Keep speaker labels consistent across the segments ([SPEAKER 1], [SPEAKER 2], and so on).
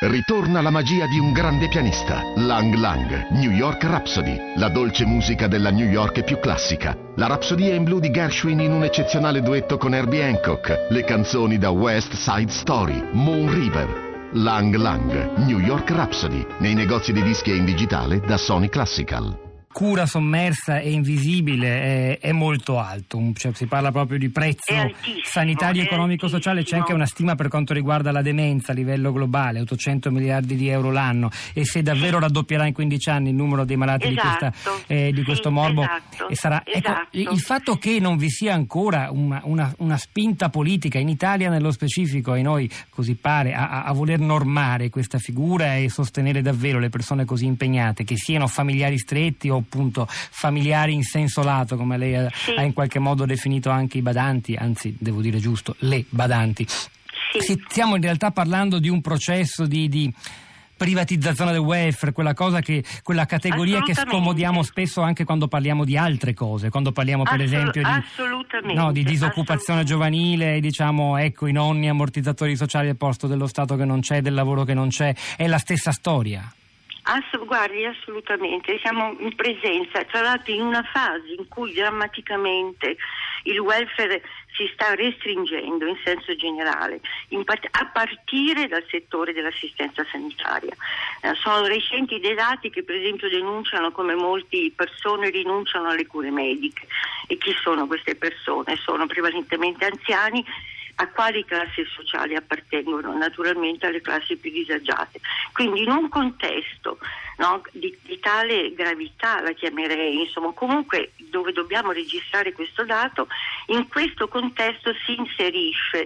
[SPEAKER 1] Ritorna la magia di un grande pianista, Lang Lang, New York Rhapsody, la dolce musica della New York più classica, la Rapsodia in blu di Gershwin in un eccezionale duetto con Herbie Hancock, le canzoni da West Side Story, Moon River. Lang Lang, New York Rhapsody, nei negozi di dischi e in digitale da Sony Classical.
[SPEAKER 2] Cura sommersa e invisibile è molto alto, cioè si parla proprio di prezzo sanitario, economico, sociale. C'è anche una stima per quanto riguarda la demenza a livello globale, 800 miliardi di euro l'anno, e se davvero raddoppierà in 15 anni il numero dei malati di questo morbo, e sarà il fatto che non vi sia ancora una spinta politica in Italia nello specifico, e noi così pare a voler normare questa figura e sostenere davvero le persone così impegnate, che siano familiari stretti o appunto familiari in senso lato, come lei ha in qualche modo definito anche i badanti, anzi devo dire giusto, le badanti. Stiamo in realtà parlando di un processo di privatizzazione del welfare, quella categoria che scomodiamo spesso anche quando parliamo di altre cose, quando parliamo per esempio di disoccupazione giovanile, diciamo ecco i nonni ammortizzatori sociali al posto dello Stato che non c'è, del lavoro che non c'è, è la stessa storia.
[SPEAKER 3] Guardi, assolutamente, siamo in presenza, tra l'altro in una fase in cui drammaticamente il welfare si sta restringendo in senso generale, a partire dal settore dell'assistenza sanitaria. Sono recenti dei dati che per esempio denunciano come molte persone rinunciano alle cure mediche. E chi sono queste persone? Sono prevalentemente anziani. A quali classi sociali appartengono? Naturalmente alle classi più disagiate. Quindi in un contesto di tale gravità, la chiamerei, insomma, comunque dove dobbiamo registrare questo dato, in questo contesto si inserisce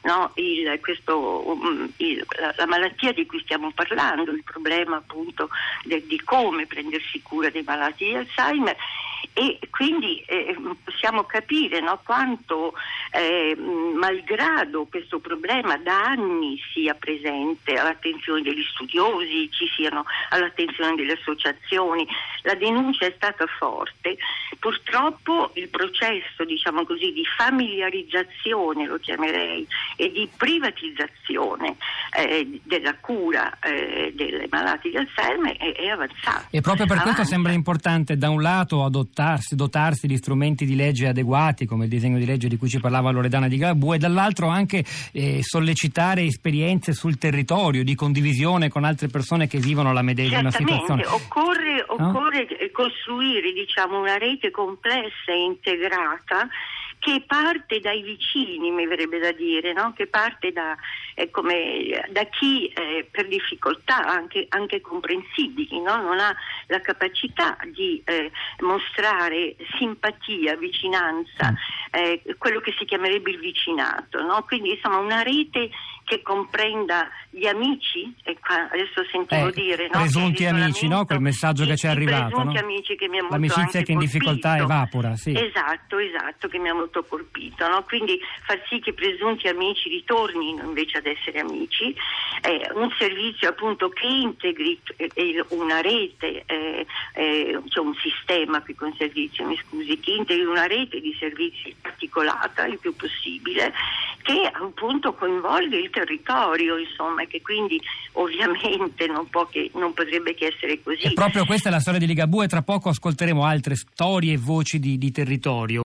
[SPEAKER 3] la malattia di cui stiamo parlando, il problema appunto di come prendersi cura dei malati di Alzheimer. E quindi possiamo capire quanto malgrado questo problema da anni sia presente all'attenzione degli studiosi, ci siano all'attenzione delle associazioni, la denuncia è stata forte. Purtroppo il processo, diciamo così, di familiarizzazione, lo chiamerei, e di privatizzazione della cura dei malati di Alzheimer è avanzato.
[SPEAKER 2] E proprio per questo sembra importante da un lato dotarsi di strumenti di legge adeguati, come il disegno di legge di cui ci parlava Loredana Di Galabue, e dall'altro anche sollecitare esperienze sul territorio di condivisione con altre persone che vivono la medesima situazione.
[SPEAKER 3] Occorre costruire, diciamo, una rete complessa e integrata che parte dai vicini, mi verrebbe da dire, che parte da chi per difficoltà anche comprensibili non ha la capacità di mostrare simpatia, vicinanza, quello che si chiamerebbe il vicinato, quindi insomma una rete che comprenda gli amici, e adesso sentivo dire
[SPEAKER 2] presunti amici, quel messaggio che ci è arrivato,
[SPEAKER 3] presunti amici, che mi ha molto
[SPEAKER 2] l'amicizia che in difficoltà evapora,
[SPEAKER 3] esatto, che mi ha molto colpito, quindi far sì che presunti amici ritornino invece ad essere amici, un servizio appunto che integri una rete, cioè un sistema più che un servizio, che integri una rete di servizi articolata il più possibile, che appunto coinvolga il territorio, insomma, e che quindi ovviamente non potrebbe che essere così.
[SPEAKER 2] E proprio questa è la storia di Ligabue, e tra poco ascolteremo altre storie e voci di territorio.